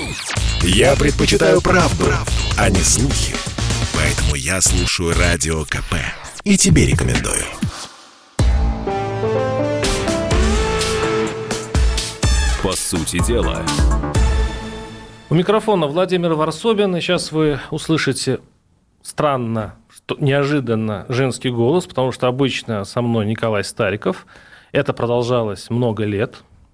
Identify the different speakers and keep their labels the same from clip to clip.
Speaker 1: Я предпочитаю правду, а не слухи. Поэтому я слушаю Радио КП. И тебе рекомендую.
Speaker 2: По сути дела.
Speaker 3: У микрофона Владимир Варсобин. И сейчас вы услышите странно, неожиданно женский голос, потому что обычно со мной Николай Стариков. Это продолжалось много лет.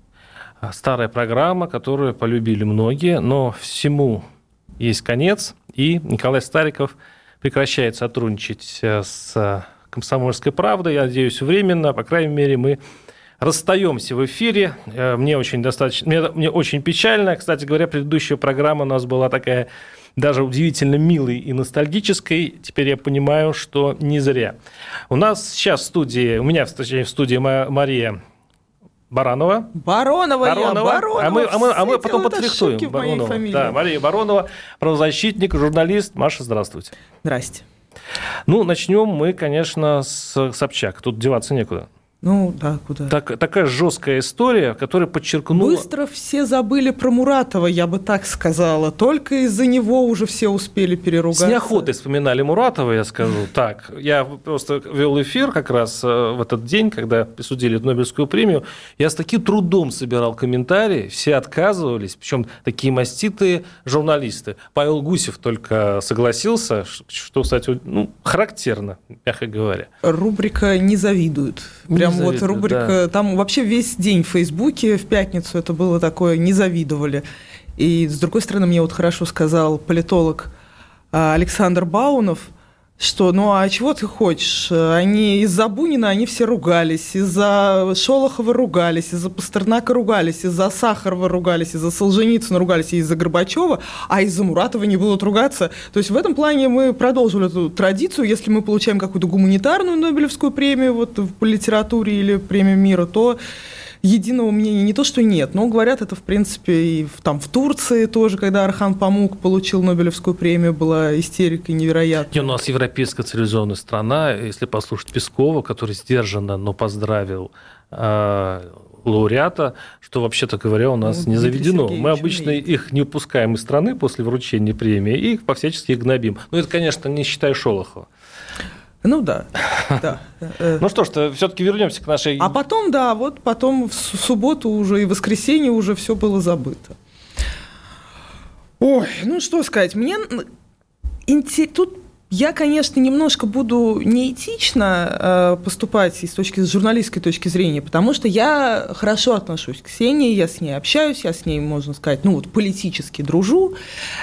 Speaker 3: Старая программа, которую полюбили многие, но всему есть конец, и Николай Стариков прекращает сотрудничать с «Комсомольской правдой». Я надеюсь, временно, по крайней мере, мы расстаемся в эфире. Мне очень печально. Кстати говоря, предыдущая программа у нас была такая даже удивительно милой и ностальгической. Теперь я понимаю, что не зря. У нас сейчас в студии, у меня в студии Мария Баранова.
Speaker 4: Баронова.
Speaker 3: А мы потом подфихтуем. Баронова. Да, Мария Баронова, правозащитник, журналист. Маша, здравствуйте.
Speaker 4: Здрасте.
Speaker 3: Ну, начнем мы, конечно, с Собчак. Тут деваться некуда.
Speaker 4: Ну, да, куда?
Speaker 3: Такая жесткая история, которая подчеркнула...
Speaker 4: Быстро все забыли про Муратова, я бы так сказала. Только из-за него уже все успели переругаться.
Speaker 3: С неохотой вспоминали Муратова, я скажу. Так, я просто вел эфир как раз в этот день, когда присудили Нобелевскую премию. Я с таким трудом собирал комментарии, все отказывались, причем такие маститые журналисты. Павел Гусев только согласился, что, кстати, характерно, мягко говоря.
Speaker 4: Рубрика «Не завидуют». Прям вот рубрика, да. Там вообще весь день в Фейсбуке в пятницу это было такое, не завидовали. И, с другой стороны, мне вот хорошо сказал политолог Александр Баунов, что, а чего ты хочешь? Они из-за Бунина они все ругались, из-за Шолохова ругались, из-за Пастернака ругались, из-за Сахарова ругались, из-за Солженицына ругались и из-за Горбачева, а из-за Муратова не будут ругаться. То есть в этом плане мы продолжили эту традицию. Если мы получаем какую-то гуманитарную Нобелевскую премию вот, по литературе или премию мира, то единого мнения не то, что нет, но говорят, это, в принципе, и в Турции тоже, когда Орхан Памук получил Нобелевскую премию, была истерика невероятная.
Speaker 3: У нас европейская цивилизованная страна, если послушать Пескова, который сдержанно, но поздравил лауреата, что, вообще-то говоря, у нас не заведено. Мы обычно их не упускаем из страны после вручения премии и их по-всячески их гнобим. Но это, конечно, не считая Шолохова.
Speaker 4: Ну да.
Speaker 3: Ну что ж, все-таки вернемся к нашей...
Speaker 4: А потом, потом в субботу уже и в воскресенье уже все было забыто. Ой, что сказать, мне тут я, конечно, немножко буду неэтично поступать с журналистской точки зрения, потому что я хорошо отношусь к Ксении, я с ней общаюсь, я с ней, можно сказать, политически дружу,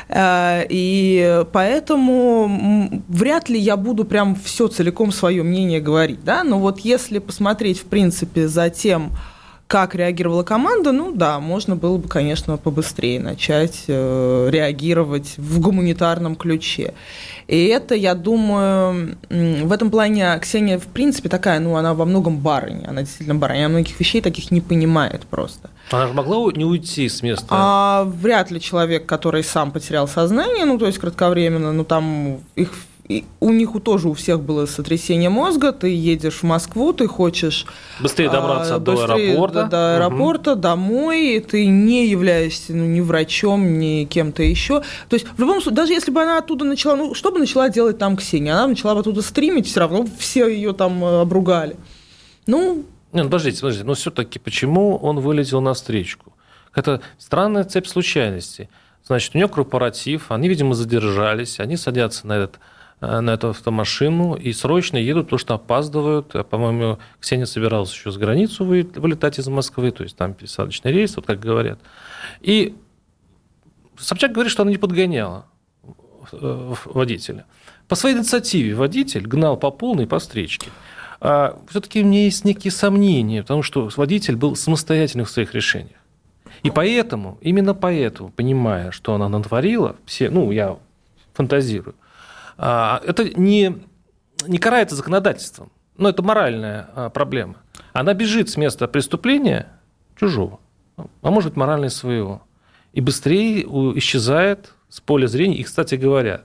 Speaker 4: и поэтому вряд ли я буду прям все целиком свое мнение говорить, да, но вот если посмотреть, в принципе, за тем, как реагировала команда, можно было бы, конечно, побыстрее начать реагировать в гуманитарном ключе. И это, я думаю, в этом плане Ксения, в принципе, такая, она во многом барыня, она действительно барыня, она многих вещей таких не понимает просто.
Speaker 3: Она же могла не уйти с места?
Speaker 4: Вряд ли человек, который сам потерял сознание, то есть кратковременно, там у них тоже у всех было сотрясение мозга, ты едешь в Москву, ты хочешь...
Speaker 3: Быстрее добраться до аэропорта.
Speaker 4: До аэропорта, домой, ты не являешься ни врачом, ни кем-то еще. То есть, в любом случае, даже если бы она оттуда начала... что бы начала делать там Ксения? Она начала бы оттуда стримить, все равно все ее там обругали.
Speaker 3: Подождите, но все-таки почему он вылетел на встречку? Это странная цепь случайностей. Значит, у нее корпоратив, они, видимо, задержались, они садятся на эту автомашину и срочно едут, потому что опаздывают. По-моему, Ксения собиралась еще за границу вылетать из Москвы, то есть там пересадочный рейс, вот как говорят. И Собчак говорит, что она не подгоняла водителя. По своей инициативе водитель гнал по полной по встречке. Все-таки у меня есть некие сомнения, потому что водитель был самостоятельным в своих решениях. И именно поэтому, понимая, что она натворила, я фантазирую, это не карается законодательством, но это моральная проблема. Она бежит с места преступления чужого, а может быть, морально своего, и быстрее исчезает с поля зрения. И, кстати говоря,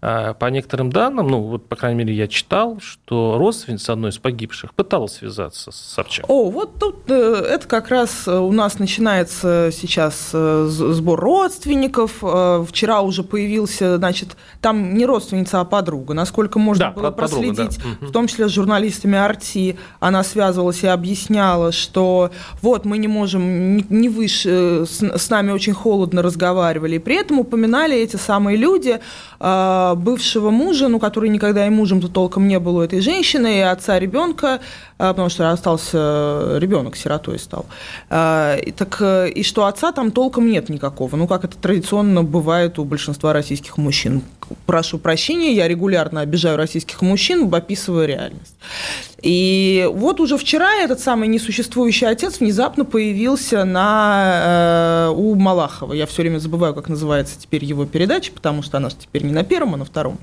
Speaker 3: по некоторым данным, ну, вот, по крайней мере, я читал, что родственница одной из погибших пыталась связаться с Собчак.
Speaker 4: Вот тут это как раз у нас начинается сейчас сбор родственников. Вчера уже появился, значит, там не родственница, а подруга. Насколько можно было проследить, подруга, да. В том числе с журналистами Арти, она связывалась и объясняла, что вот мы не можем, не выше, с нами очень холодно разговаривали. И при этом упоминали эти самые люди бывшего мужа, ну, который никогда и мужем-то толком не был у этой женщины, и отца ребенка, потому что остался ребенок, сиротой стал. И что отца там толком нет никакого, ну, как это традиционно бывает у большинства российских мужчин. Прошу прощения, я регулярно обижаю российских мужчин, описывая реальность. И вот уже вчера этот самый несуществующий отец внезапно появился у Малахова. Я все время забываю, как называется теперь его передача, потому что она же теперь не на первом, а на втором.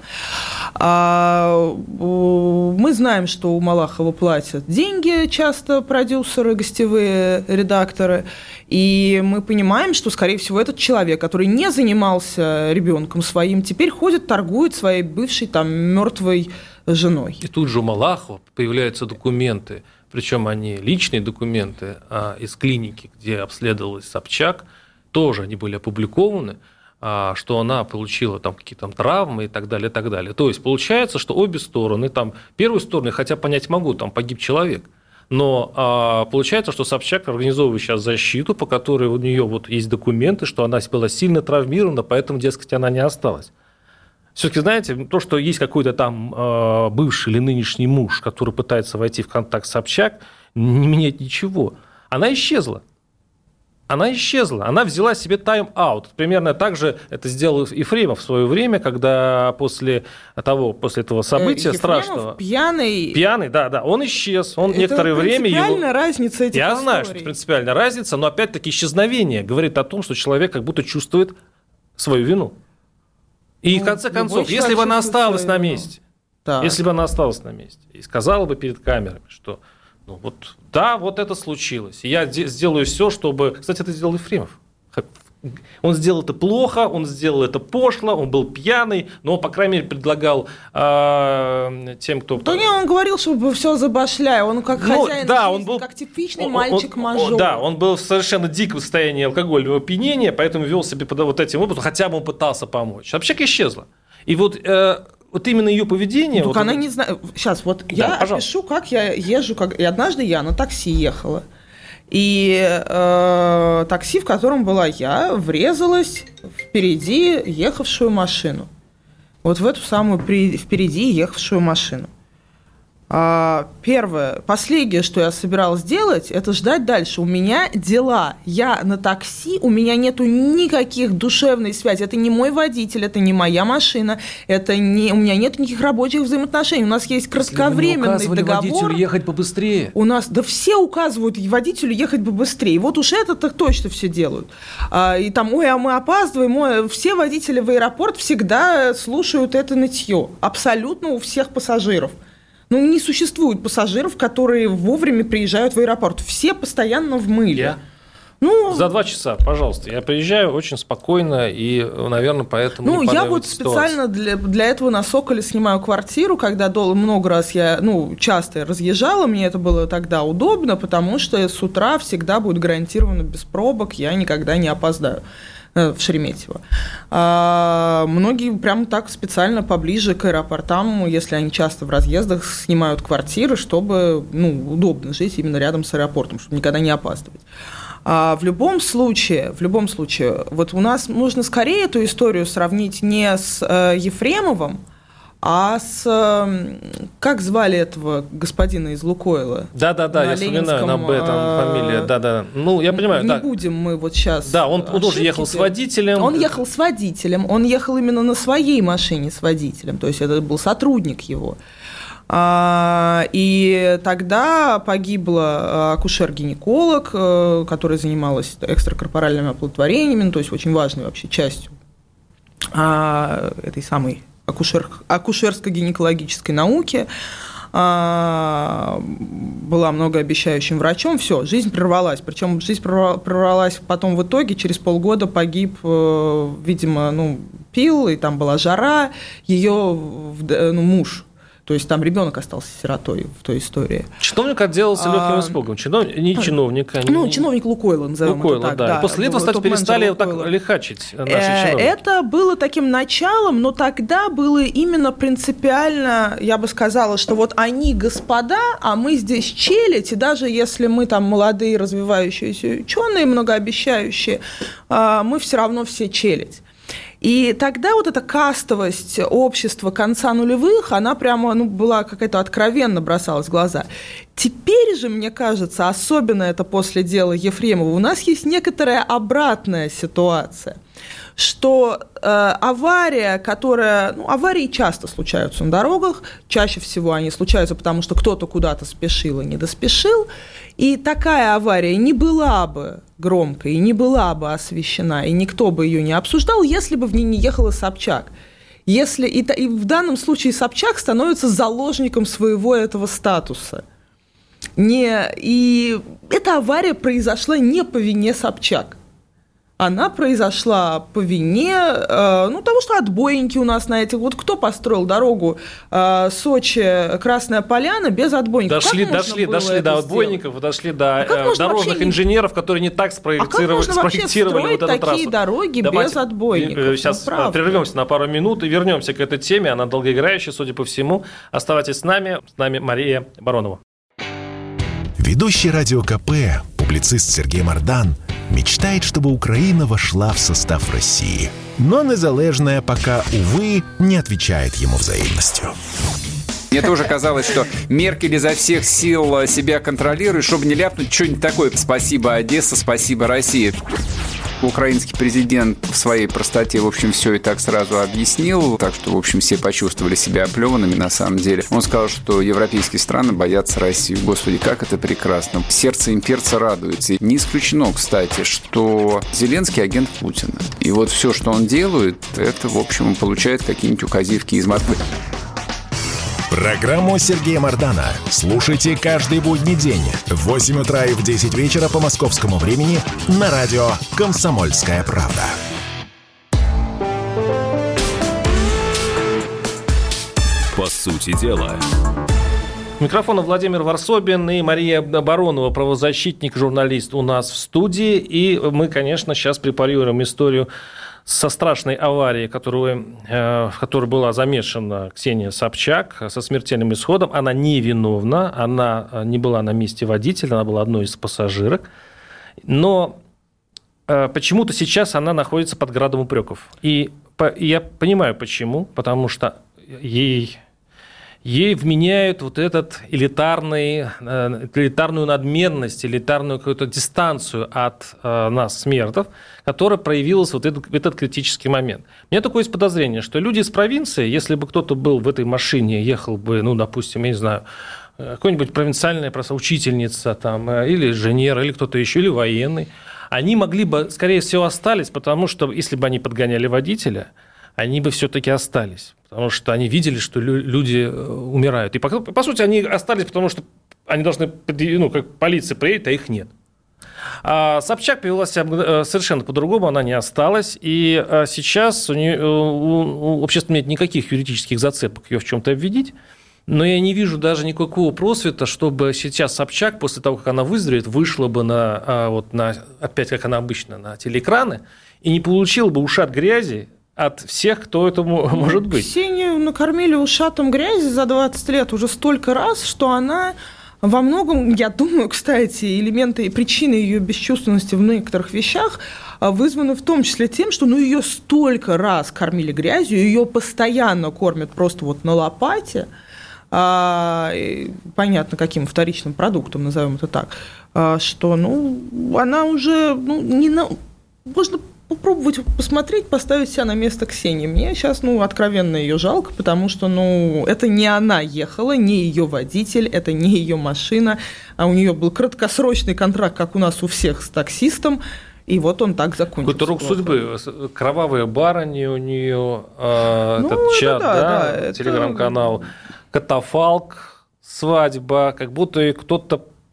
Speaker 4: Мы знаем, что у Малахова платят деньги часто продюсеры, гостевые редакторы, и мы понимаем, что, скорее всего, этот человек, который не занимался ребенком своим, теперь ходит, торгует своей бывшей там мертвой женой.
Speaker 3: И тут же у Малахова появляются документы, причем они личные документы из клиники, где обследовалась Собчак, тоже они были опубликованы, что она получила там какие-то травмы и так далее, и так далее. То есть получается, что обе стороны, там первую сторону, хотя понять могу, там погиб человек, но получается, что Собчак организовывает сейчас защиту, по которой у нее вот есть документы, что она была сильно травмирована, поэтому, дескать, она не осталась. Все-таки, знаете, то, что есть какой-то там бывший или нынешний муж, который пытается войти в контакт с Собчак, не меняет ничего. Она исчезла. Она взяла себе тайм-аут. Примерно так же это сделал Ефремов в свое время, когда после этого события
Speaker 4: Ефремов
Speaker 3: страшного...
Speaker 4: Пьяный,
Speaker 3: да, он исчез. Он некоторое время...
Speaker 4: Это принципиальная разница этих
Speaker 3: Я
Speaker 4: историй.
Speaker 3: знаю, что это принципиальная разница, но опять-таки исчезновение говорит о том, что человек как будто чувствует свою вину. И в конце концов, если бы она осталась на месте, и сказала бы перед камерами, что вот это случилось, и я сделаю все, чтобы... Кстати, это сделал Ефремов. Он сделал это плохо, он сделал это пошло, он был пьяный, но он, по крайней мере, предлагал тем, кто...
Speaker 4: Да не, он говорил, чтобы все забашляй, он как хозяин жизни, он был, как типичный мальчик-мажор.
Speaker 3: Да, он был в совершенно диком состоянии алкогольного опьянения, поэтому вел себя под вот этим образом, хотя бы он пытался помочь. Собчак исчезла. И вот именно ее поведение...
Speaker 4: Только она не знает... Сейчас, я опишу, как я езжу. И однажды я на такси ехала. И такси, в котором была я, врезалась впереди ехавшую машину. Вот в эту самую впереди ехавшую машину. Первое, последнее, что я собиралась делать, это ждать дальше. У меня дела. Я на такси, у меня нету никаких душевной связи. Это не мой водитель, это не моя машина, у меня нет никаких рабочих взаимоотношений. У нас есть кратковременный договор.
Speaker 2: Водителю ехать побыстрее.
Speaker 4: У нас, все указывают водителю ехать побыстрее. Вот уж это так точно все делают. И там, мы опаздываем. Все водители в аэропорт всегда слушают это нытье. Абсолютно у всех пассажиров. Не существует пассажиров, которые вовремя приезжают в аэропорт. Все постоянно в мыле.
Speaker 3: За 2 часа, пожалуйста. Я приезжаю очень спокойно и, наверное, поэтому не
Speaker 4: я вот специально для этого на Соколе снимаю квартиру, когда много раз я, часто разъезжала, мне это было тогда удобно, потому что с утра всегда будет гарантированно без пробок, я никогда не опоздаю в Шереметьево. Многие прям так специально поближе к аэропортам, если они часто в разъездах, снимают квартиры, чтобы удобно жить именно рядом с аэропортом, чтобы никогда не опаздывать. В любом случае, вот у нас нужно скорее эту историю сравнить не с Ефремовым, а как звали этого господина из Лукойла?
Speaker 3: Да, я вспоминаю, на Б там фамилия, да. Я понимаю,
Speaker 4: не будем мы вот сейчас...
Speaker 3: Да, он тоже ехал с водителем.
Speaker 4: Он ехал с водителем, он ехал именно на своей машине с водителем, то есть это был сотрудник его. И тогда погибла акушер-гинеколог, которая занималась экстракорпоральными оплодотворениями, то есть очень важной вообще частью этой самой акушерско-гинекологической науки. Была многообещающим врачом, все, жизнь прервалась. Причем жизнь прервалась потом в итоге, через полгода погиб, видимо, пил, и там была жара, ее муж, то есть там ребенок остался сиротой в той истории.
Speaker 3: Чиновник отделался легким испугом. Чиновник
Speaker 4: Лукойла, назовем это так.
Speaker 3: Да. И после этого, кстати, перестали так лихачить наши чиновники.
Speaker 4: Это было таким началом, но тогда было именно принципиально, я бы сказала, что вот они господа, а мы здесь челядь, и даже если мы там молодые развивающиеся ученые, многообещающие, мы все равно все челядь. И тогда вот эта кастовость общества конца нулевых, она прямо была какая-то откровенно бросалась в глаза. Теперь же, мне кажется, особенно это после дела Ефремова, у нас есть некоторая обратная ситуация, что авария, аварии часто случаются на дорогах, чаще всего они случаются, потому что кто-то куда-то спешил и не доспешил, и такая авария не была бы громкой, и не была бы освещена, и никто бы ее не обсуждал, если бы в ней не ехала Собчак. И в данном случае Собчак становится заложником своего этого статуса. И эта авария произошла не по вине Собчак. Она произошла по вине того, что отбойники у нас на этих... Вот кто построил дорогу Сочи-Красная Поляна без отбойников?
Speaker 3: Дошли до отбойников, дошли до дорожных инженеров, которые не так спроектировали вот эту трассу.
Speaker 4: Такие дороги без отбойников?
Speaker 3: Сейчас прервемся на пару минут и вернемся к этой теме. Она долгоиграющая, судя по всему. Оставайтесь с нами. С нами Мария Баронова.
Speaker 1: Ведущий радио КП, публицист Сергей Мардан, мечтает, чтобы Украина вошла в состав России. Но Незалежная пока, увы, не отвечает ему взаимностью.
Speaker 5: Мне тоже казалось, что Меркель изо всех сил себя контролирует, чтобы не ляпнуть что-нибудь такое. Спасибо, Одесса, спасибо, Россия. Украинский президент в своей простоте, в общем, все и так сразу объяснил, так что, в общем, все почувствовали себя оплеванными на самом деле. Он сказал, что европейские страны боятся России. Господи, как это прекрасно. Сердце имперца радуется. И не исключено, кстати, что Зеленский агент Путина. И вот все, что он делает, это, в общем, он получает какие-нибудь указивки из Москвы.
Speaker 1: Программу Сергея Мардана слушайте каждый будний день в 8 утра и в 10 вечера по московскому времени на радио «Комсомольская правда».
Speaker 2: По сути дела.
Speaker 3: У микрофона Владимир Варсобин и Мария Баронова, правозащитник, журналист у нас в студии. И мы, конечно, сейчас препарируем историю со страшной аварией, в которой была замешана Ксения Собчак, со смертельным исходом. Она невиновна, она не была на месте водителя, она была одной из пассажирок. Но почему-то сейчас она находится под градом упреков. И я понимаю, почему. Потому что ей вменяют вот этот элитарную надменность, элитарную какую-то дистанцию от нас, смертов, которая проявилась в этот критический момент. У меня такое есть подозрение, что люди из провинции, если бы кто-то был в этой машине, ехал бы, допустим, я не знаю, какой-нибудь провинциальная просто учительница там, или инженер, или кто-то еще, или военный, они могли бы, скорее всего, остались, потому что если бы они подгоняли водителя, они бы все-таки остались, потому что они видели, что люди умирают. И, по сути, они остались, потому что они должны, как полиция приедет, а их нет. А Собчак повела себя совершенно по-другому, она не осталась, и сейчас у общества нет никаких юридических зацепок ее в чем-то обвинить, но я не вижу даже никакого просвета, чтобы сейчас Собчак, после того, как она выздоровеет, вышла бы опять, как она обычно, на телеэкраны, и не получила бы ушат грязи от всех, кто это может быть.
Speaker 4: Ксению накормили ушатом грязи за 20 лет уже столько раз, что она во многом, я думаю, кстати, элементы и причины ее бесчувственности в некоторых вещах вызваны в том числе тем, что ее столько раз кормили грязью, ее постоянно кормят просто на лопате, понятно, каким вторичным продуктом, назовем это так, что она уже можно попробовать посмотреть, поставить себя на место Ксении. Мне сейчас, откровенно ее жалко, потому что, это не она ехала, не ее водитель, это не ее машина, а у нее был краткосрочный контракт, как у нас у всех, с таксистом, и вот он так закончился.
Speaker 3: Какой-то рук судьбы. Кровавые барыни у нее, этот чат, телеграм-канал, катафалк, свадьба, как будто кто-то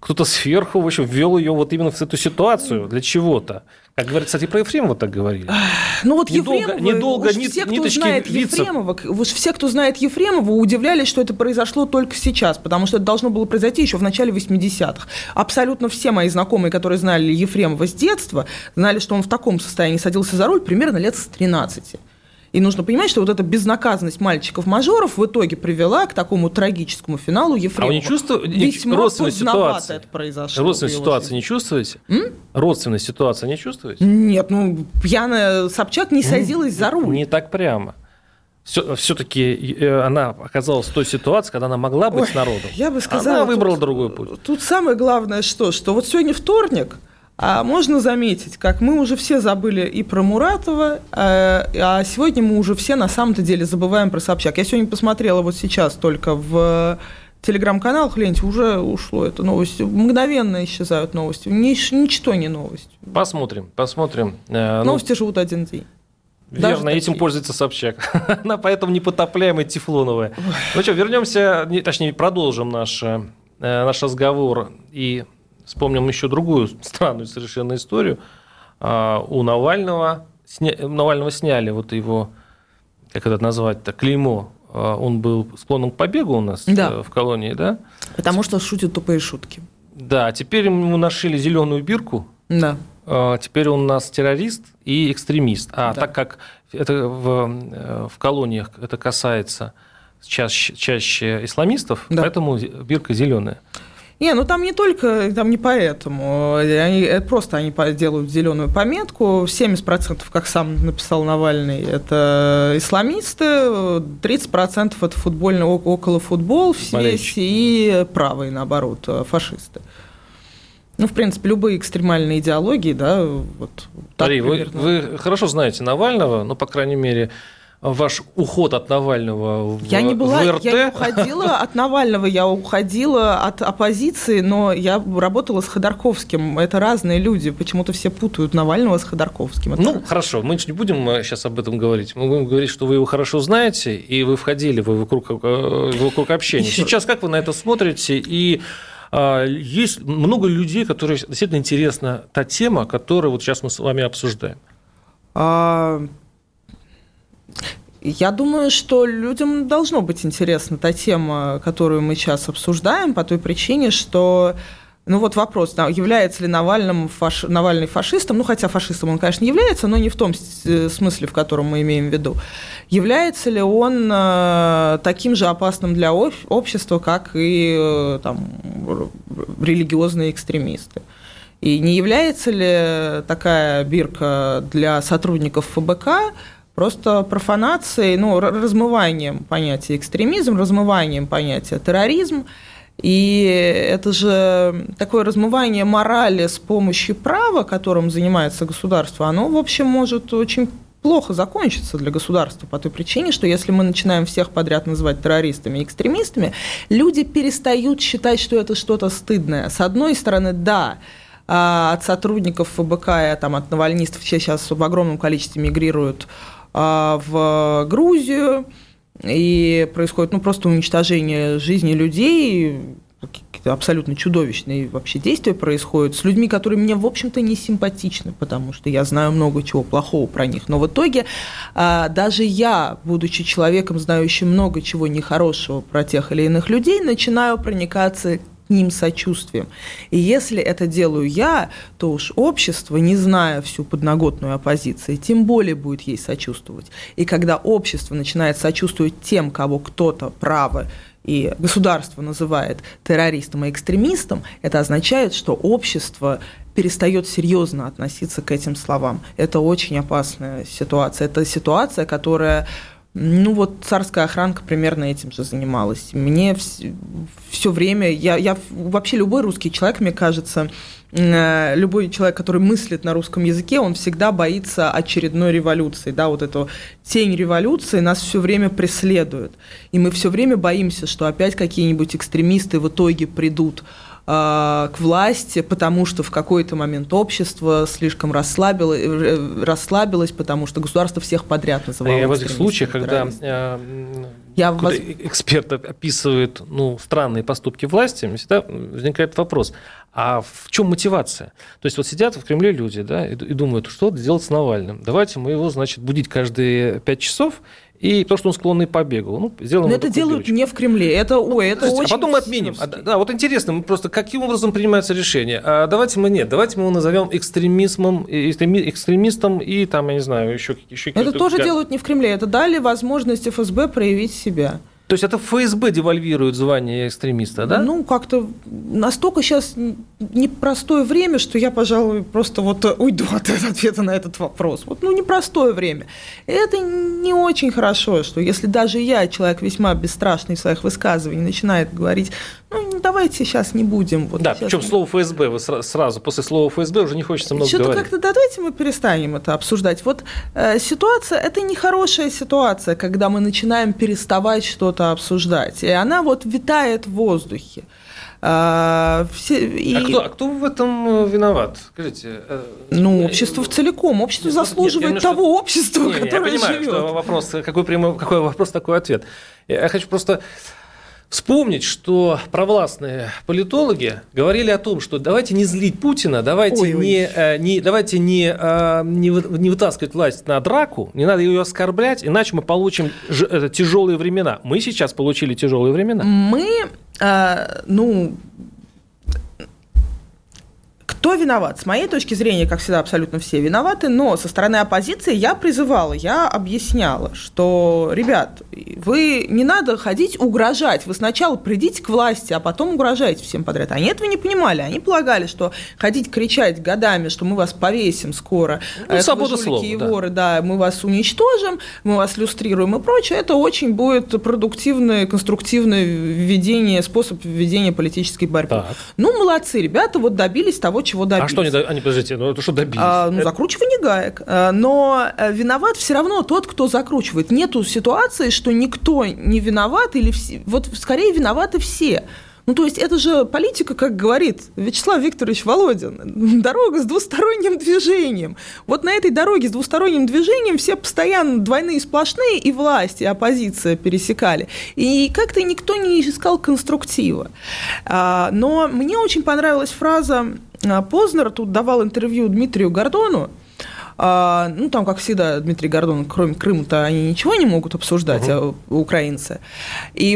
Speaker 3: кто-то сверху, в общем, ввел ее вот именно в эту ситуацию для чего-то. Как говорят, кстати, про Ефремова так говорили.
Speaker 4: Ну вот
Speaker 3: недолго
Speaker 4: ниточки виться. Все, кто знает Ефремова, удивлялись, что это произошло только сейчас, потому что это должно было произойти еще в начале 80-х. Абсолютно все мои знакомые, которые знали Ефремова с детства, знали, что он в таком состоянии садился за руль примерно лет с 13. И нужно понимать, что вот эта безнаказанность мальчиков-мажоров в итоге привела к такому трагическому финалу Ефремова.
Speaker 3: А вы не чувствуете родственной ситуации?
Speaker 4: Это произошло.
Speaker 3: Родственной ситуации не чувствуете? Родственной ситуации не чувствуете?
Speaker 4: Нет, пьяная Собчак не садилась за руль.
Speaker 3: Не так прямо. Все-таки она оказалась в той ситуации, когда она могла быть с народом.
Speaker 4: Я бы сказала,
Speaker 3: она выбрала другой путь.
Speaker 4: Тут самое главное, что вот сегодня вторник, а можно заметить, как мы уже все забыли и про Муратова, а сегодня мы уже все на самом-то деле забываем про Собчак. Я сегодня посмотрела вот сейчас только в телеграм-каналах, ленте, уже ушло эта новость. Мгновенно исчезают новости. Ничто не новость.
Speaker 3: Посмотрим.
Speaker 4: Новости живут один день.
Speaker 3: Верно, этим пользуется Собчак. Она поэтому непотопляемая тефлоновая. Ну что, вернемся, точнее, продолжим наш разговор и вспомним еще другую странную совершенно историю. У Навального сняли вот его, как это назвать-то, клеймо. Он был склонен к побегу у нас в колонии, да?
Speaker 4: Потому что шутит тупые шутки.
Speaker 3: Да, теперь ему нашили зеленую бирку.
Speaker 4: Да.
Speaker 3: Теперь он у нас террорист и экстремист. Так как это в колониях это касается чаще исламистов, поэтому бирка зеленая.
Speaker 4: Там не только, там не поэтому. Они делают зеленую пометку. 70%, как сам написал Навальный, это исламисты, 30% это футбольный, околофутбол, все и правые, наоборот, фашисты. В принципе, любые экстремальные идеологии, да, вот так.
Speaker 3: Мария, вы хорошо знаете Навального, по крайней мере, ваш уход от Навального в РТ.
Speaker 4: Я не уходила от Навального, я уходила от оппозиции, но я работала с Ходорковским. Это разные люди, почему-то все путают Навального с Ходорковским.
Speaker 3: Хорошо, мы не будем сейчас об этом говорить. Мы будем говорить, что вы его хорошо знаете, и вы входили в круг общения. Сейчас как вы на это смотрите? И есть много людей, которые действительно интересна та тема, которую вот сейчас мы с вами обсуждаем.
Speaker 4: Я думаю, что людям должно быть интересна та тема, которую мы сейчас обсуждаем, по той причине, что... вопрос, является ли Навальный фашистом, хотя фашистом он, конечно, является, но не в том смысле, в котором мы имеем в виду. Является ли он таким же опасным для общества, как и религиозные экстремисты? И не является ли такая бирка для сотрудников ФБК просто профанацией, размыванием понятия экстремизм, размыванием понятия терроризм? И это же такое размывание морали с помощью права, которым занимается государство, оно, в общем, может очень плохо закончиться для государства по той причине, что если мы начинаем всех подряд называть террористами и экстремистами, люди перестают считать, что это что-то стыдное. С одной стороны, да, от сотрудников ФБК и от навальнистов все сейчас в огромном количестве мигрируют в Грузию, и происходит просто уничтожение жизни людей, какие-то абсолютно чудовищные вообще действия происходят с людьми, которые мне, в общем-то, не симпатичны, потому что я знаю много чего плохого про них. Но в итоге даже я, будучи человеком, знающим много чего нехорошего про тех или иных людей, начинаю проникаться к ним сочувствием. И если это делаю я, то уж общество, не зная всю подноготную оппозиции, тем более будет ей сочувствовать. И когда общество начинает сочувствовать тем, кого кто-то право и государство называет террористом и экстремистом, это означает, что общество перестает серьезно относиться к этим словам. Это очень опасная ситуация. Это ситуация, которая... царская охранка примерно этим же занималась. Мне все время... Я вообще любой русский человек, мне кажется, любой человек, который мыслит на русском языке, он всегда боится очередной революции. Да, эту тень революции нас все время преследует. И мы все время боимся, что опять какие-нибудь экстремисты в итоге придут к власти, потому что в какой-то момент общество слишком расслабилось, потому что государство всех подряд называло.
Speaker 3: И в этих случаях, когда эксперт описывает странные поступки власти, всегда возникает вопрос, а в чем мотивация? То есть вот сидят в Кремле люди, да, и думают, что делать с Навальным. Давайте мы его, будить каждые 5 часов, и потому что он склонный к побегу.
Speaker 4: Но это делают не в Кремле. Это очень...
Speaker 3: А потом мы отменим. Да, вот интересно, просто каким образом принимается решение? Давайте мы его назовем экстремистом и там, я не знаю, еще
Speaker 4: это тоже делают не в Кремле. Это дали возможность ФСБ проявить себя.
Speaker 3: То есть это ФСБ девальвирует звание экстремиста, да?
Speaker 4: Как-то настолько сейчас непростое время, что я, пожалуй, просто уйду от ответа на этот вопрос. Непростое время. И это не очень хорошо, что если даже я, человек весьма бесстрашный в своих высказываниях, начинает говорить, давайте сейчас не будем.
Speaker 3: Причем слово ФСБ, вы сразу после слова ФСБ уже не хочется много говорить.
Speaker 4: Что-то как-то давайте мы перестанем это обсуждать. Ситуация, это нехорошая ситуация, когда мы начинаем переставать что-то обсуждать. И она витает в воздухе.
Speaker 3: Кто в этом виноват? Скажите.
Speaker 4: Общество целиком. Общество заслуживает того общества, которое живет.
Speaker 3: Я понимаю, что вопрос, какой вопрос, такой ответ. Я хочу просто вспомнить, что провластные политологи говорили о том, что давайте не злить Путина, давайте не вытаскивать власть на драку, не надо ее оскорблять, иначе мы получим тяжелые времена. Мы сейчас получили тяжелые времена.
Speaker 4: Кто виноват? С моей точки зрения, как всегда, абсолютно все виноваты, но со стороны оппозиции я призывала, я объясняла, что, ребят, вы не надо ходить угрожать, вы сначала придите к власти, а потом угрожаете всем подряд. Они этого не понимали, они полагали, что ходить кричать годами, что мы вас повесим скоро,
Speaker 3: свобода слова,
Speaker 4: и воры, да, мы вас уничтожим, мы вас люстрируем и прочее, это очень будет продуктивное, конструктивное способ ведения политической борьбы.
Speaker 3: Так.
Speaker 4: Молодцы, ребята, добились того, чего добились.
Speaker 3: А что они подождите, это что добились?
Speaker 4: Закручивание гаек. Но виноват все равно тот, кто закручивает. Нету ситуации, что никто не виноват, или скорее виноваты все. То есть это же политика, как говорит Вячеслав Викторович Володин, дорога с двусторонним движением. На этой дороге с двусторонним движением все постоянно двойные сплошные, и власть, и оппозиция пересекали. И как-то никто не искал конструктива. Но мне очень понравилась фраза Познера, тут давал интервью Дмитрию Гордону. Там, как всегда, Дмитрий Гордон, кроме Крыма-то они ничего не могут обсуждать, украинцы. И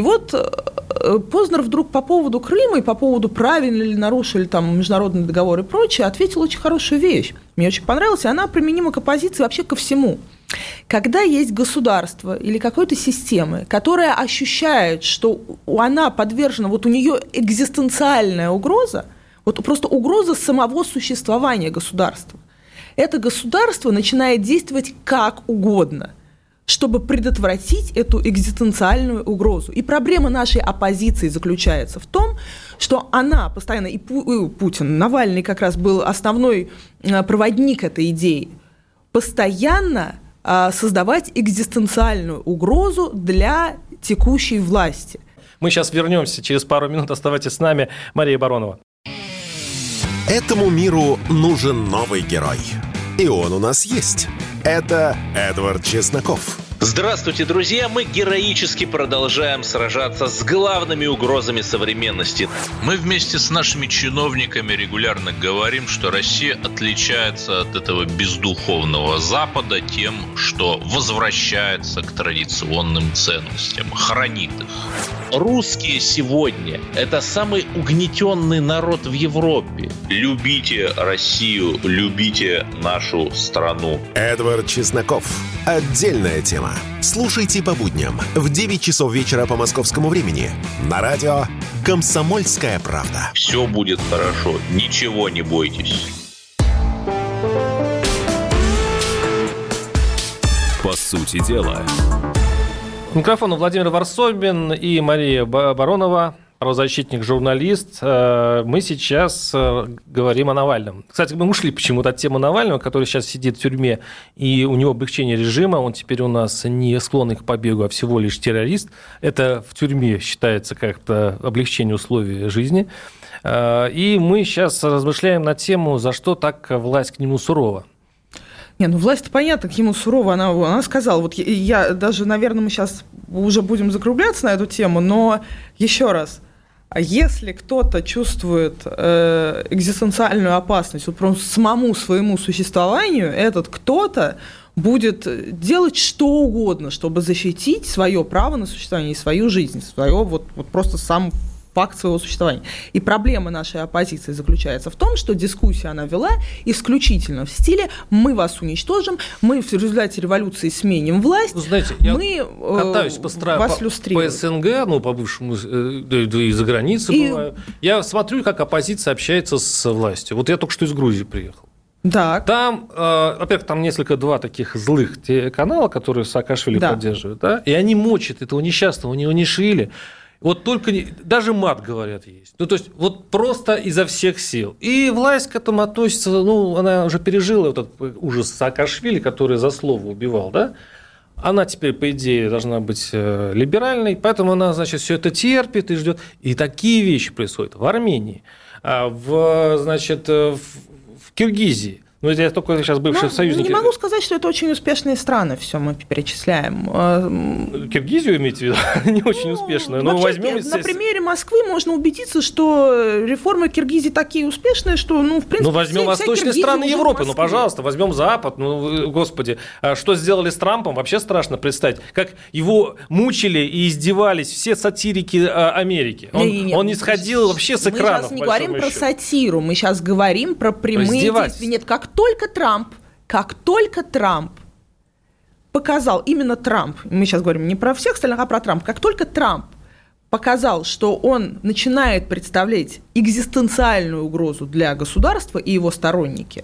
Speaker 4: Познер вдруг по поводу Крыма и по поводу, правильно ли нарушили там международный договор и прочее, ответил очень хорошую вещь. Мне очень понравилась, и она применима к оппозиции, вообще ко всему. Когда есть государство или какая-то система, которая ощущает, что она подвержена, у нее экзистенциальная угроза, просто угроза самого существования государства, это государство начинает действовать как угодно, чтобы предотвратить эту экзистенциальную угрозу. И проблема нашей оппозиции заключается в том, что она постоянно, и Путин, Навальный как раз был основной проводник этой идеи, постоянно создавать экзистенциальную угрозу для текущей власти.
Speaker 3: Мы сейчас вернемся через пару минут. Оставайтесь с нами. Мария Баронова.
Speaker 1: Этому миру нужен новый герой. И он у нас есть. Это Эдвард Чесноков.
Speaker 6: Здравствуйте, друзья! Мы героически продолжаем сражаться с главными угрозами современности.
Speaker 7: Мы вместе с нашими чиновниками регулярно говорим, что Россия отличается от этого бездуховного Запада тем, что возвращается к традиционным ценностям, хранит их.
Speaker 6: Русские сегодня – это самый угнетенный народ в Европе.
Speaker 7: Любите Россию, любите нашу страну.
Speaker 1: Эдвард Чесноков. Отдельная тема. Слушайте по будням в 9 часов вечера по московскому времени на радио «Комсомольская правда».
Speaker 7: Все будет хорошо, ничего не бойтесь.
Speaker 2: По сути дела.
Speaker 3: У микрофона Владимир Варсобин и Мария Баронова, правозащитник, журналист. Мы сейчас говорим о Навальном. Кстати, мы ушли почему-то от темы Навального, который сейчас сидит в тюрьме, и у него облегчение режима. Он теперь у нас не склонный к побегу, а всего лишь террорист. Это в тюрьме считается как-то облегчение условий жизни. И мы сейчас размышляем на тему, за что так власть к нему сурова.
Speaker 4: Не, ну власть-то понятно, к нему сурова. Она сказала, вот я даже, наверное, мы сейчас уже будем закругляться на эту тему, но еще раз, если кто-то чувствует экзистенциальную опасность вот просто самому своему существованию, этот кто-то будет делать что угодно, чтобы защитить свое право на существование и свою жизнь, свое вот просто сам факт своего существования. И проблема нашей оппозиции заключается в том, что дискуссия она вела исключительно в стиле «мы вас уничтожим, мы в результате революции сменим власть,
Speaker 3: знаете,
Speaker 4: мы
Speaker 3: катаюсь
Speaker 4: вас люстрируем».
Speaker 3: По СНГ, по бывшему, и за границей бываю. Я смотрю, как оппозиция общается с властью. Вот я только что из Грузии приехал.
Speaker 4: Так.
Speaker 3: Там, во-первых, там два таких злых канала, которые Саакашвили поддерживают, да? И они мочат этого несчастного Нионишвили. Вот только даже мат, говорят, есть. Ну, то есть, вот просто изо всех сил. И власть к этому относится, она уже пережила этот ужас Саакашвили, который за слово убивал, да? Она теперь, по идее, должна быть либеральной, поэтому она, значит, все это терпит и ждет. И такие вещи происходят в Армении, в Киргизии. Ну, это я только сейчас бывшие союзники.
Speaker 4: Не могу сказать, что это очень успешные страны, все мы перечисляем.
Speaker 3: Киргизию имеете в виду? Не очень успешную. Но возьмем...
Speaker 4: На примере Москвы можно убедиться, что реформы Киргизии такие успешные, что, в принципе...
Speaker 3: возьмем восточные страны Европы, пожалуйста, возьмем Запад, господи. Что сделали с Трампом, вообще страшно представить. Как его мучили и издевались все сатирики Америки. Он не сходил вообще с экранов.
Speaker 4: Мы сейчас не говорим про сатиру, мы сейчас говорим про прямые действия. Нет, как только Трамп показал, именно Трамп, мы сейчас говорим не про всех остальных, а про Трампа, как только Трамп показал, что он начинает представлять экзистенциальную угрозу для государства и его сторонники,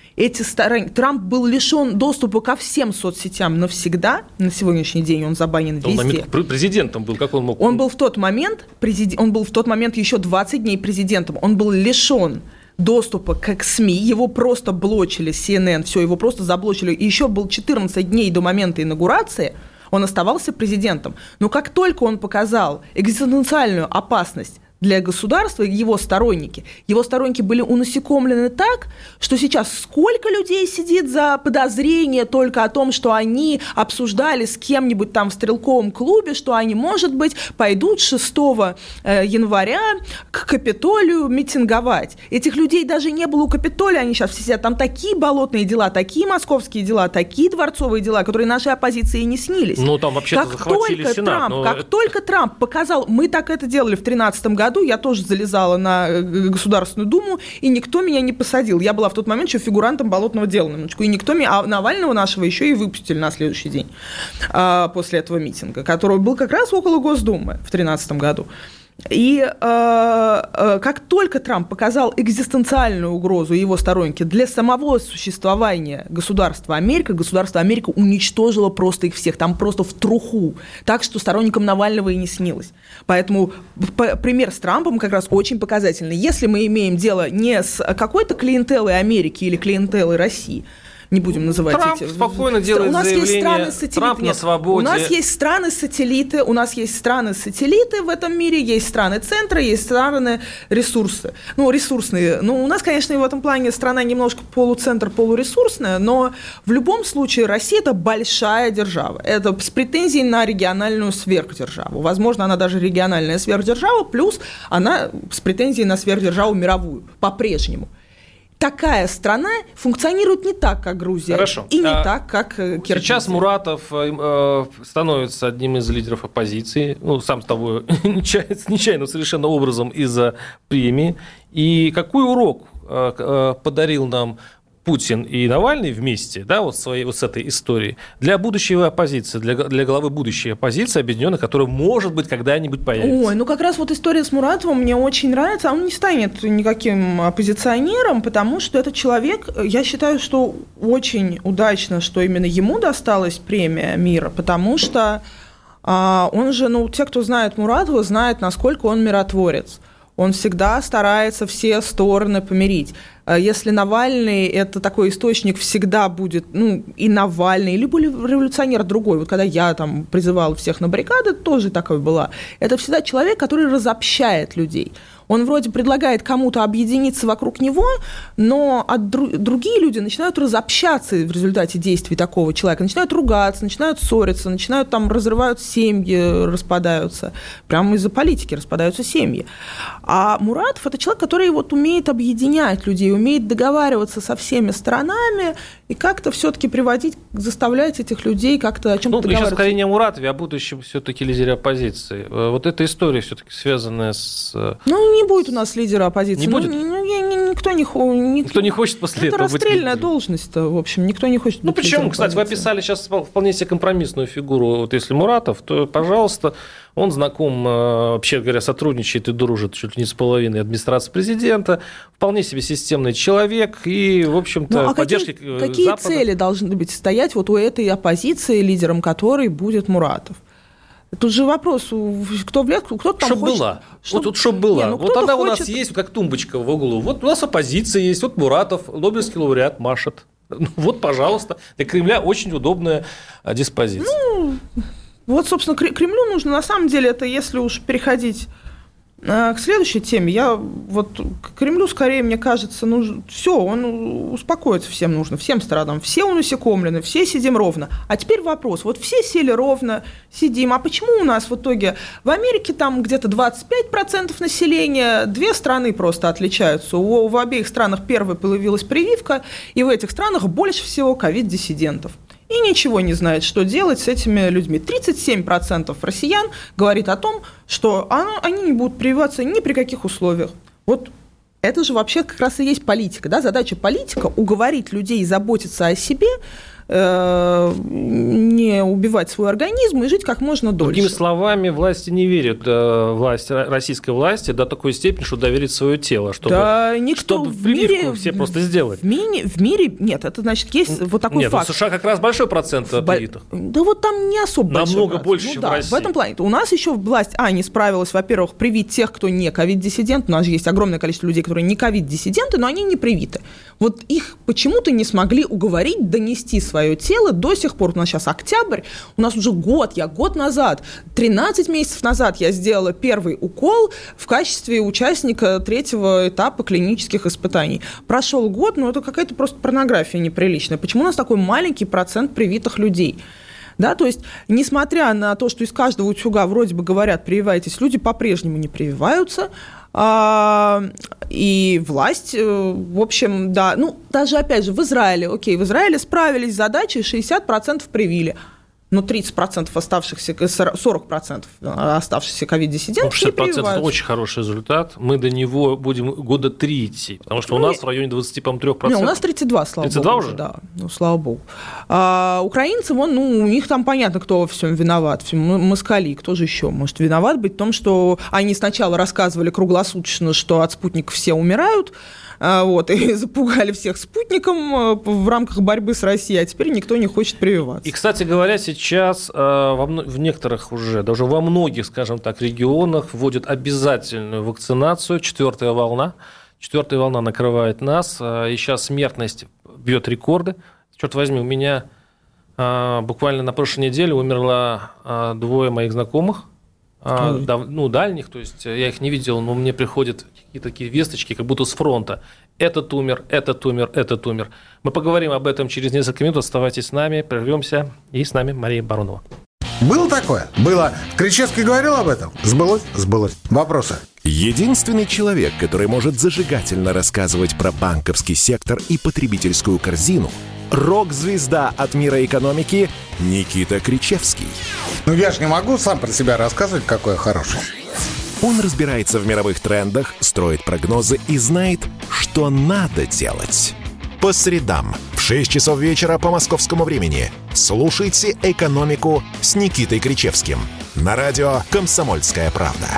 Speaker 4: Трамп был лишен доступа ко всем соцсетям навсегда, на сегодняшний день он забанен везде.
Speaker 3: Он президентом был, как он мог?
Speaker 4: Он был в тот момент еще 20 дней президентом, он был лишен доступа к СМИ, его просто блочили, CNN, все, его просто заблочили. И еще был 14 дней до момента инаугурации, он оставался президентом. Но как только он показал экзистенциальную опасность для государства и его сторонники были унасекомлены так, что сейчас сколько людей сидит за подозрение только о том, что они обсуждали с кем-нибудь там в стрелковом клубе, что они, может быть, пойдут 6 января к Капитолию митинговать. Этих людей даже не было у Капитолия, они сейчас все сидят. Там такие болотные дела, такие московские дела, такие дворцовые дела, которые нашей оппозиции и не снились.
Speaker 3: Там вообще-то захватили Сенат.
Speaker 4: Как только Трамп показал, мы так это делали в 2013 году, я тоже залезала на Государственную Думу, и никто меня не посадил. Я была в тот момент еще фигурантом болотного дела, на минуточку, и никто меня, а Навального нашего еще и выпустили на следующий день после этого митинга, который был как раз около Госдумы в 2013 году. И как только Трамп показал экзистенциальную угрозу его сторонники для самого существования государства Америка уничтожило просто их всех, там просто в труху, так что сторонникам Навального и не снилось. Поэтому пример с Трампом как раз очень показательный. Если мы имеем дело не с какой-то клиентелой Америки или клиентелой России, не будем называть
Speaker 3: Трамп
Speaker 4: эти...
Speaker 3: спокойно делает заявление, Трамп на свободе.
Speaker 4: У нас есть страны-сателлиты, в этом мире, есть страны-центра, есть страны-ресурсы. Ресурсные. У нас, конечно, в этом плане страна немножко полуцентр, полуресурсная, но в любом случае Россия – это большая держава. Это с претензией на региональную сверхдержаву. Возможно, она даже региональная сверхдержава, плюс она с претензией на сверхдержаву мировую по-прежнему. Такая страна функционирует не так, как Грузия.
Speaker 3: Хорошо.
Speaker 4: И не так, как Киргизия.
Speaker 3: Сейчас Муратов становится одним из лидеров оппозиции, сам с тобой нечаянным совершенно образом из-за премии. И какой урок подарил нам Путин и Навальный вместе, с этой историей, для будущей оппозиции, для главы будущей оппозиции объединенной, которая, может быть, когда-нибудь появится.
Speaker 4: Как раз история с Муратовым мне очень нравится. Он не станет никаким оппозиционером, потому что этот человек, я считаю, что очень удачно, что именно ему досталась премия мира, потому что он же, те, кто знает Муратова, знают, насколько он миротворец. Он всегда старается все стороны помирить. Если Навальный – это такой источник, всегда будет, и Навальный, либо революционер другой. Когда я призывала всех на баррикады, тоже такой была. Это всегда человек, который разобщает людей. Он вроде предлагает кому-то объединиться вокруг него, но другие люди начинают разобщаться в результате действий такого человека, начинают ругаться, начинают ссориться, начинают там разрывают семьи, распадаются. Прямо из-за политики распадаются семьи. А Муратов – это человек, который вот умеет объединять людей, умеет договариваться со всеми сторонами и как-то все-таки заставлять этих людей как-то о чем-то договариваться.
Speaker 3: Сейчас скорее не о Муратове, а о будущем все-таки лидере оппозиции. Вот эта история все-таки связанная с...
Speaker 4: не будет у нас лидера оппозиции.
Speaker 3: Не будет?
Speaker 4: Никто не хочет после этого быть. Это расстрельная должность, в общем, никто не хочет быть
Speaker 3: почему? Кстати, вы описали сейчас вполне себе компромиссную фигуру. Вот если Муратов, то, пожалуйста, он знаком, вообще говоря, сотрудничает и дружит чуть ли не с половиной администрации президента. Вполне себе системный человек и, в общем-то, поддержки
Speaker 4: какие
Speaker 3: Запада.
Speaker 4: Цели должны быть стоять вот у этой оппозиции, лидером которой будет Муратов? Тут же вопрос, кто влез, кто там хочет...
Speaker 3: Была. Чтоб была. Вот она у нас есть, как тумбочка в углу. Вот у нас оппозиция есть, вот Муратов, Нобелевский лауреат, машет. Вот, пожалуйста. Для Кремля очень удобная диспозиция.
Speaker 4: Вот, собственно, Кремлю нужно, на самом деле, это если уж переходить к следующей теме, к Кремлю, скорее, мне кажется, он успокоиться всем нужно, всем сторонам. Все унасекомлены, все сидим ровно. А теперь вопрос, вот все сели ровно, сидим, а почему у нас в итоге в Америке там где-то 25% населения, две страны просто отличаются. В обеих странах первой появилась прививка, и в этих странах больше всего ковид-диссидентов. И ничего не знает, что делать с этими людьми. 37% россиян говорит о том, что они не будут прививаться ни при каких условиях. Вот это же вообще как раз и есть политика. Да? Задача политика – уговорить людей заботиться о себе, не убивать свой организм и жить как можно дольше.
Speaker 3: Другими словами, власти не верят, российской власти до такой степени, что доверить свое тело, чтобы прививку все просто сделать.
Speaker 4: В мире нет, это значит, есть вот такой факт.
Speaker 3: В США как раз большой процент привитых.
Speaker 4: Да вот там не особо большой.
Speaker 3: Намного больше, чем в России.
Speaker 4: В этом плане. У нас еще власть, не справилась, во-первых, привить тех, кто не ковид-диссидент. У нас же есть огромное количество людей, которые не ковид-диссиденты, но они не привиты. Вот их почему-то не смогли уговорить донести свое тело до сих пор. У нас сейчас октябрь, у нас уже год 13 месяцев назад я сделала первый укол в качестве участника 3-го этапа клинических испытаний. Прошел год, но это какая-то просто порнография неприличная. Почему у нас такой маленький процент привитых людей? Да, то есть, несмотря на то, что из каждого утюга вроде бы говорят, прививайтесь, люди по-прежнему не прививаются, и власть, в общем, да, даже, опять же, в Израиле справились с задачей, 60% привили. Но 30% оставшихся, 40% оставшихся ковид-диссидентов не прививаются. 60% –
Speaker 3: очень хороший результат. Мы до него будем года 3 идти, потому что у нас в районе 23%.
Speaker 4: У нас 32, слава
Speaker 3: 32
Speaker 4: богу.
Speaker 3: уже?
Speaker 4: Да, слава богу. Украинцы, у них там понятно, кто во всем виноват. Москали, кто же еще может виноват быть в том, что они сначала рассказывали круглосуточно, что от спутника все умирают, и запугали всех спутником в рамках борьбы с Россией, а теперь никто не хочет прививаться.
Speaker 3: И, кстати говоря, сейчас в некоторых уже, даже во многих, скажем так, регионах вводят обязательную вакцинацию, 4-я волна. 4-я волна накрывает нас, и сейчас смертность бьет рекорды. Черт возьми, у меня буквально на прошлой неделе умерло 2 моих знакомых, дальних, то есть я их не видел, но мне приходят какие-то такие весточки, как будто с фронта. Этот умер, этот умер, этот умер. Мы поговорим об этом через несколько минут. Оставайтесь с нами, прервемся. И с нами Мария Баронова.
Speaker 8: Было такое? Было. Кричевский говорил об этом? Сбылось? Сбылось. Вопросы?
Speaker 1: Единственный человек, который может зажигательно рассказывать про банковский сектор и потребительскую корзину – рок-звезда от мира экономики Никита Кричевский.
Speaker 8: Я же не могу сам про себя рассказывать, какой я хороший.
Speaker 1: Он разбирается в мировых трендах, строит прогнозы и знает, что надо делать. По средам в 6 часов вечера по московскому времени слушайте «Экономику» с Никитой Кричевским на радио «Комсомольская правда».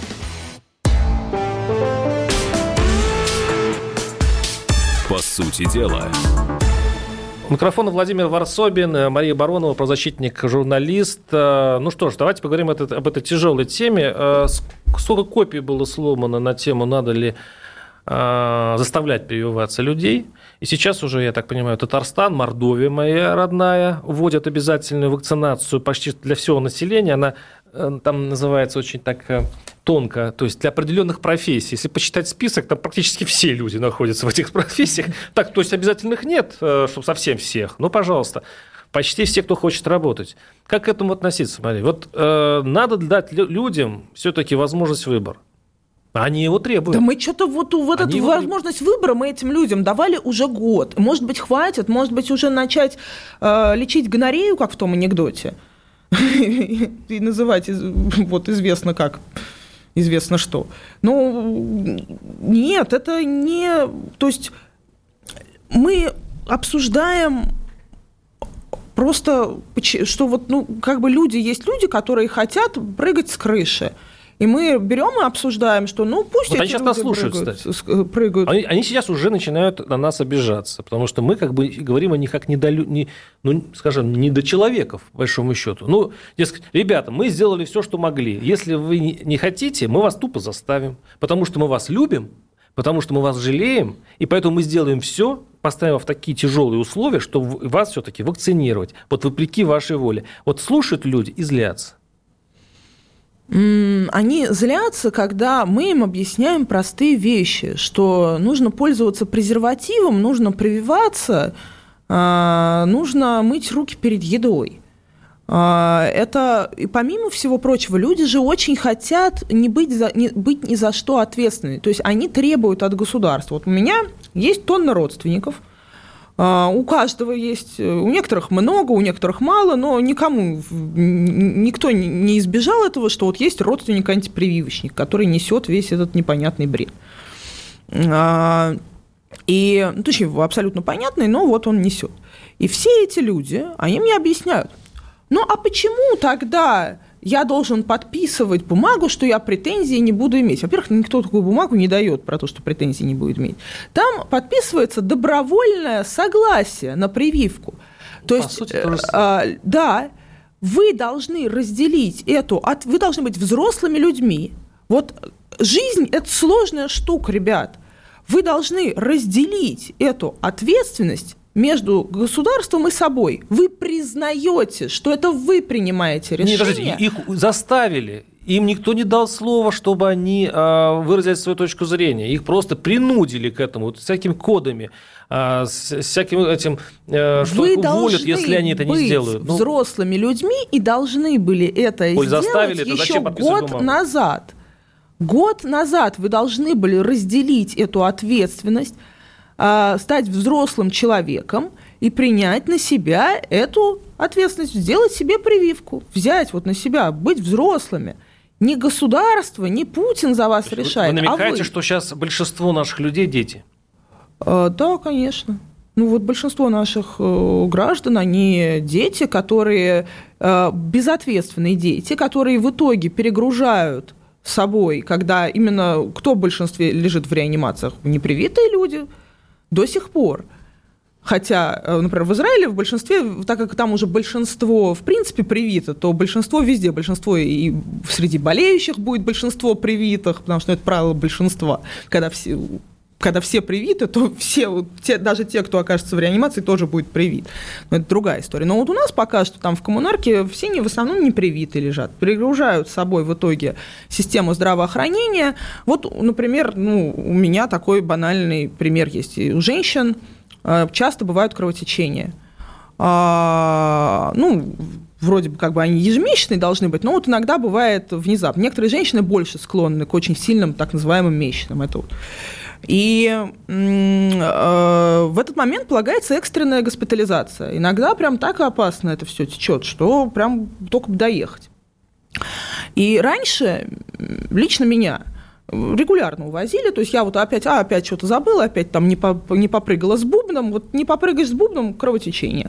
Speaker 2: По сути дела.
Speaker 3: У микрофона Владимир Варсобин, Мария Баронова, правозащитник, журналист. Ну что ж, давайте поговорим об этой тяжелой теме. Сколько копий было сломано на тему, надо ли заставлять прививаться людей. И сейчас уже, я так понимаю, Татарстан, Мордовия моя родная, вводят обязательную вакцинацию почти для всего населения. Она там называется очень так тонко, то есть для определенных профессий. Если почитать список, там практически все люди находятся в этих профессиях. Так, то есть обязательных нет, чтобы совсем всех. Ну, пожалуйста, почти все, кто хочет работать. Как к этому относиться, Мария? Вот надо дать людям все-таки возможность выбора. Они его требуют.
Speaker 4: Да мы что-то вот эту возможность выбора мы этим людям давали уже год. Может быть, хватит, может быть, уже начать лечить гонорею, как в том анекдоте. И называть вот известно как, известно что. Ну, нет, это не... То есть мы обсуждаем просто, что вот, ну, как бы есть люди, которые хотят прыгать с крыши. И мы берем и обсуждаем, что, ну, пусть
Speaker 3: вот
Speaker 4: эти
Speaker 3: они сейчас
Speaker 4: люди
Speaker 3: нас слушают,
Speaker 4: прыгают.
Speaker 3: Они сейчас уже начинают на нас обижаться, потому что мы как бы говорим о них как недочеловеков, по большому счету. Ну, дескать, ребята, мы сделали все, что могли. Если вы не хотите, мы вас тупо заставим, потому что мы вас любим, потому что мы вас жалеем, и поэтому мы сделаем все, поставим в такие тяжелые условия, чтобы вас все-таки вакцинировать, вот вопреки вашей воле. Вот слушают люди и злятся.
Speaker 4: Они злятся, когда мы им объясняем простые вещи, что нужно пользоваться презервативом, нужно прививаться, нужно мыть руки перед едой. Это, и помимо всего прочего, люди же очень хотят быть ни за что ответственными. То есть они требуют от государства. Вот у меня есть тонна родственников, у каждого есть, у некоторых много, у некоторых мало, но никто не избежал этого, что вот есть родственник-антипрививочник, который несет весь этот непонятный бред. И, точнее, абсолютно понятный, но вот он несет. И все эти люди, они мне объясняют, ну а почему тогда я должен подписывать бумагу, что я претензий не буду иметь? Во-первых, никто такую бумагу не дает про то, что претензий не будет иметь. Там подписывается добровольное согласие на прививку. То есть, да, вы должны разделить вы должны быть взрослыми людьми. Вот жизнь – это сложная штука, ребят. Вы должны разделить эту ответственность между государством и собой. Вы признаете, что это вы принимаете решение.
Speaker 3: Нет, подождите, их заставили. Им никто не дал слова, чтобы они выразили свою точку зрения. Их просто принудили к этому, вот, всякими кодами, всяким этим, что их уволят, если они это не сделают.
Speaker 4: Вы взрослыми людьми и должны были это сделать еще год назад. Год назад вы должны были разделить эту ответственность, стать взрослым человеком и принять на себя эту ответственность, сделать себе прививку, взять вот на себя, быть взрослыми. Не государство, не Путин за вас решает,
Speaker 3: вы намекаете, что сейчас большинство наших людей дети?
Speaker 4: Да, конечно. Ну вот большинство наших граждан, они дети, которые безответственные дети, которые в итоге перегружают собой, когда именно кто в большинстве лежит в реанимациях? Непривитые люди до сих пор. Хотя, например, в Израиле в большинстве, так как там уже большинство в принципе привито, то большинство везде, большинство и среди болеющих будет большинство привитых, потому что это правило большинства. Когда все привиты, то даже те, кто окажется в реанимации, тоже будет привит. Но это другая история. Но вот у нас пока что там в коммунарке все в основном не привиты лежат, перегружают с собой в итоге систему здравоохранения. Вот, например, у меня такой банальный пример есть. У женщин часто бывают кровотечения. Вроде бы как бы они ежемесячные должны быть, но вот иногда бывает внезапно. Некоторые женщины больше склонны к очень сильным так называемым месячным. Это вот. И в этот момент полагается экстренная госпитализация. Иногда прям так опасно это все течет, что прям только бы доехать. И раньше лично меня регулярно увозили, то есть я вот опять что-то забыла, опять там не попрыгала с бубном, вот не попрыгаешь с бубном – кровотечение.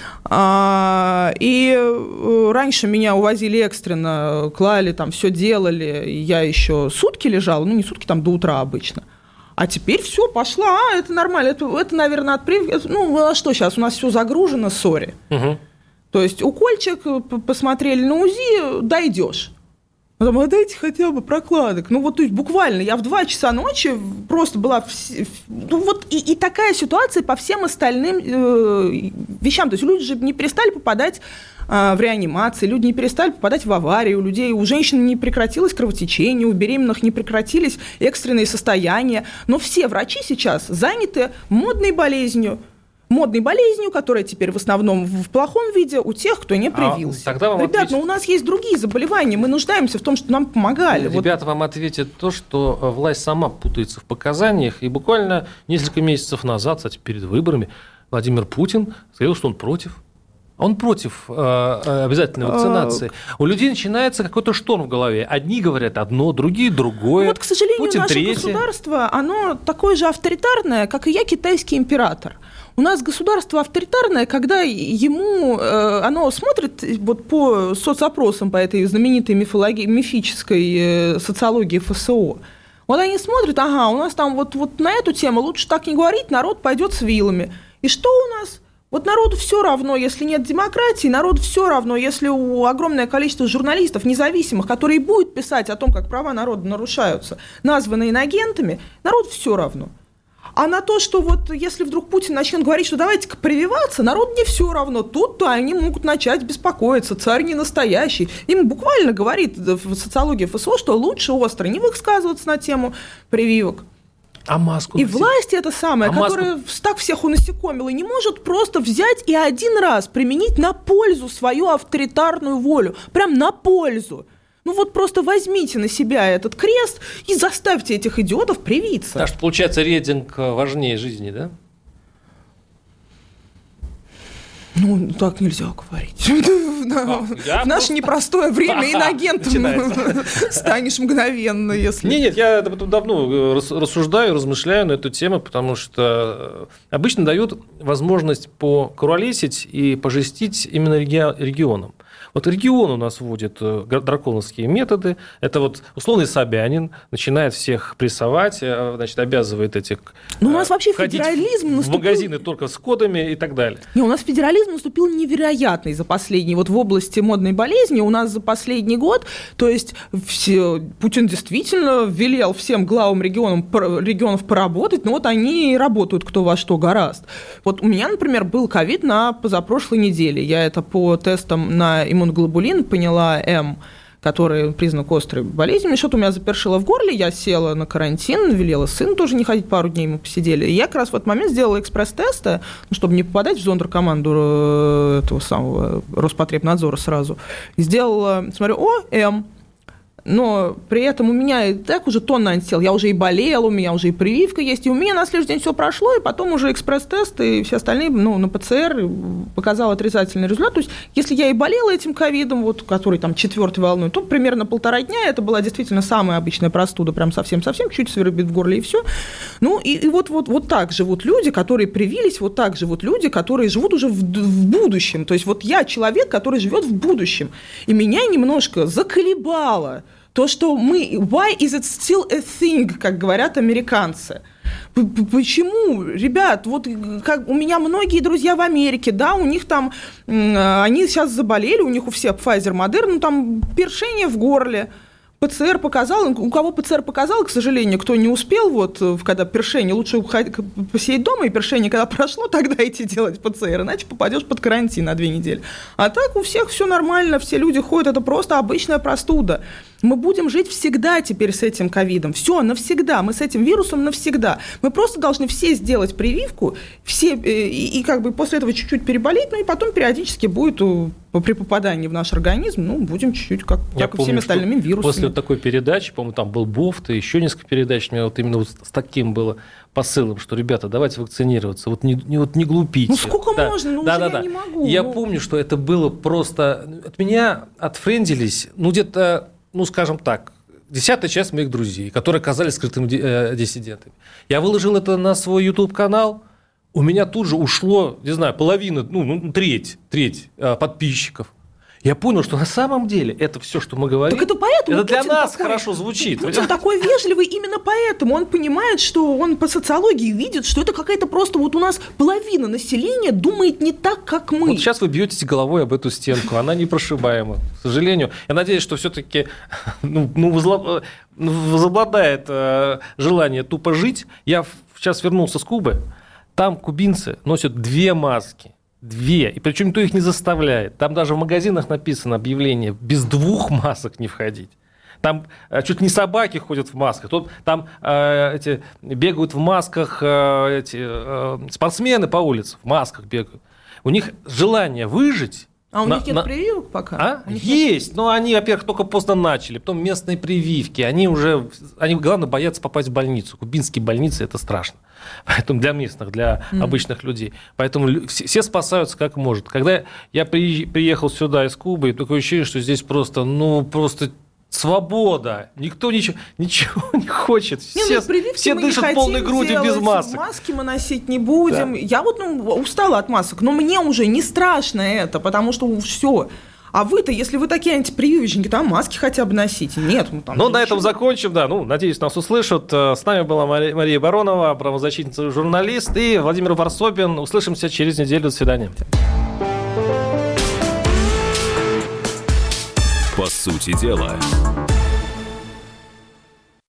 Speaker 4: И раньше меня увозили экстренно, клали, там все делали, я еще сутки лежала, не сутки, там до утра обычно. А теперь все, пошла, это нормально, это наверное, от прививки. А что сейчас, у нас все загружено, сори. Угу. То есть укольчик, посмотрели на УЗИ, дойдешь. Там, дайте хотя бы прокладок. Ну, вот, то есть, буквально, я в 2 часа ночи просто была... Ну, вот, и такая ситуация по всем остальным вещам. То есть, люди же не перестали попадать в реанимации, люди не перестали попадать в аварии, у людей, у женщин не прекратилось кровотечение, у беременных не прекратились экстренные состояния. Но все врачи сейчас заняты модной болезнью, которая теперь в основном в плохом виде у тех, кто не привился. Ребят, но у нас есть другие заболевания, мы нуждаемся в том, чтобы нам помогали.
Speaker 3: Ребята вам ответят то, что власть сама путается в показаниях, и буквально несколько месяцев назад, кстати, перед выборами, Владимир Путин сказал, что он против. Он против обязательной вакцинации. У людей начинается какой-то шторм в голове. Одни говорят одно, другие другое.
Speaker 4: Вот, к сожалению,
Speaker 3: Путин
Speaker 4: наше
Speaker 3: третье.
Speaker 4: Государство, оно такое же авторитарное, как и я, китайский император. У нас государство авторитарное, когда оно смотрит вот по соцопросам, по этой знаменитой мифической социологии ФСО. Вот они смотрят, у нас там вот на эту тему лучше так не говорить, народ пойдет с вилами. И что у нас? Вот народу все равно, если нет демократии, народу все равно, если огромное количество журналистов независимых, которые будут писать о том, как права народа нарушаются, названы иноагентами, народу все равно. А на то, что вот если вдруг Путин начнет говорить, что давайте-ка прививаться, народу не все равно. Тут-то они могут начать беспокоиться. Царь не настоящий. Им буквально говорит в социологии ФСО, что лучше остро не высказываться на тему прививок.
Speaker 3: А маску?
Speaker 4: И власть это самое, которая так всех унасекомила, не может просто взять и один раз применить на пользу свою авторитарную волю. Прям на пользу. Ну вот просто возьмите на себя этот крест и заставьте этих идиотов привиться.
Speaker 3: Так что, получается, рейтинг важнее жизни, да?
Speaker 4: Ну, так нельзя говорить. В наше непростое время иноагентом станешь мгновенно, если...
Speaker 3: Нет, я давно рассуждаю, размышляю на эту тему, потому что обычно дают возможность покуролесить и пожестить именно регионам. Вот регион у нас вводит драконовские методы. Это вот условный Собянин начинает всех прессовать, значит, обязывает этих
Speaker 4: у нас вообще федерализм
Speaker 3: наступил... в магазины только с кодами и так далее.
Speaker 4: У нас федерализм наступил невероятный за последний. Вот в области модной болезни у нас за последний год, то есть Путин действительно велел всем главам регионов поработать, но вот они работают кто во что гораст. Вот у меня, например, был ковид на позапрошлой неделе. Я это по тестам на иммуноглобулин поняла М, который признак острой болезни. Что-то у меня запершило в горле, я села на карантин, велела сыну тоже не ходить, пару дней мы посидели. И я как раз в этот момент сделала экспресс-тесты, чтобы не попадать в зондеркоманду этого самого Роспотребнадзора сразу. И сделала, смотрю, М. Но при этом у меня и так уже тонна антител. Я уже и болела, у меня уже и прививка есть, и у меня на следующий день все прошло, и потом уже экспресс-тест и все остальные, на ПЦР показал отрицательный результат. То есть, если я и болела этим ковидом, вот, который там 4-й волной, то примерно 1,5 дня это была действительно самая обычная простуда, прям совсем-совсем, чуть свербит в горле и все. Ну, и вот так живут люди, которые привились, вот так живут люди, которые живут уже в будущем. То есть, вот я человек, который живет в будущем, и меня немножко заколебало то, что why is it still a thing, как говорят американцы? Почему, ребят, вот как у меня многие друзья в Америке, да, у них там, они сейчас заболели, у них у всех Pfizer, Moderna, там першение в горле. ПЦР показал, у кого ПЦР показал, к сожалению, кто не успел, вот, когда першение, лучше посидеть дома, и першение, когда прошло, тогда идти делать ПЦР, иначе попадешь под карантин на 2 недели. А так у всех все нормально, все люди ходят, это просто обычная простуда. Мы будем жить всегда теперь с этим ковидом, все, навсегда, мы с этим вирусом навсегда. Мы просто должны все сделать прививку, все, и как бы после этого чуть-чуть переболеть, ну и потом периодически будет при попадании в наш организм, будем чуть-чуть, как и всеми остальными вирусами.
Speaker 3: После такой передачи, по-моему, там был Бофт, и еще несколько передач, у меня вот именно вот с таким было посылом, что, ребята, давайте вакцинироваться, вот не глупите.
Speaker 4: Ну сколько можно, я не могу.
Speaker 3: Я помню, что это было просто... От меня отфрендились, где-то, скажем так, 10-я часть моих друзей, которые оказались скрытыми диссидентами. Я выложил это на свой YouTube-канал, у меня тут же ушло, не знаю, половина, треть подписчиков. Я понял, что на самом деле это все, что мы говорим,
Speaker 4: так это поэтому
Speaker 3: это для
Speaker 4: Путин
Speaker 3: нас
Speaker 4: такой,
Speaker 3: хорошо звучит.
Speaker 4: Путин такой вежливый именно поэтому. Он понимает, что он по социологии видит, что это какая-то просто вот у нас половина населения думает не так, как мы.
Speaker 3: Вот сейчас вы бьетесь головой об эту стенку, она непрошибаема, к сожалению. Я надеюсь, что все-таки возобладает желание тупо жить. Я сейчас вернулся с Кубы, там кубинцы носят 2 маски. 2. И причем никто их не заставляет. Там даже в магазинах написано объявление: без 2 масок не входить. Там чуть не собаки ходят в масках. Там бегают в масках спортсмены по улице, в масках бегают. У них желание выжить.
Speaker 4: А у них нет прививок пока?
Speaker 3: Есть, но они, во-первых, только поздно начали, потом местные прививки. Они, главное, боятся попасть в больницу. Кубинские больницы – это страшно. Поэтому для местных, для обычных людей. Поэтому все спасаются как может. Когда я приехал сюда из Кубы, такое ощущение, что здесь просто свобода. Никто ничего не хочет. Все дышат полной грудью без масок.
Speaker 4: Маски мы носить не будем. Да. Я устала от масок, но мне уже не страшно это, потому что все. А вы-то, если вы такие антипрививочники, там маски хотя бы носите. Нет.
Speaker 3: На этом закончим. Да. Надеюсь, нас услышат. С нами была Мария Баронова, правозащитница, журналист, и Владимир Варсобин. Услышимся через неделю. До свидания.
Speaker 2: По сути дела.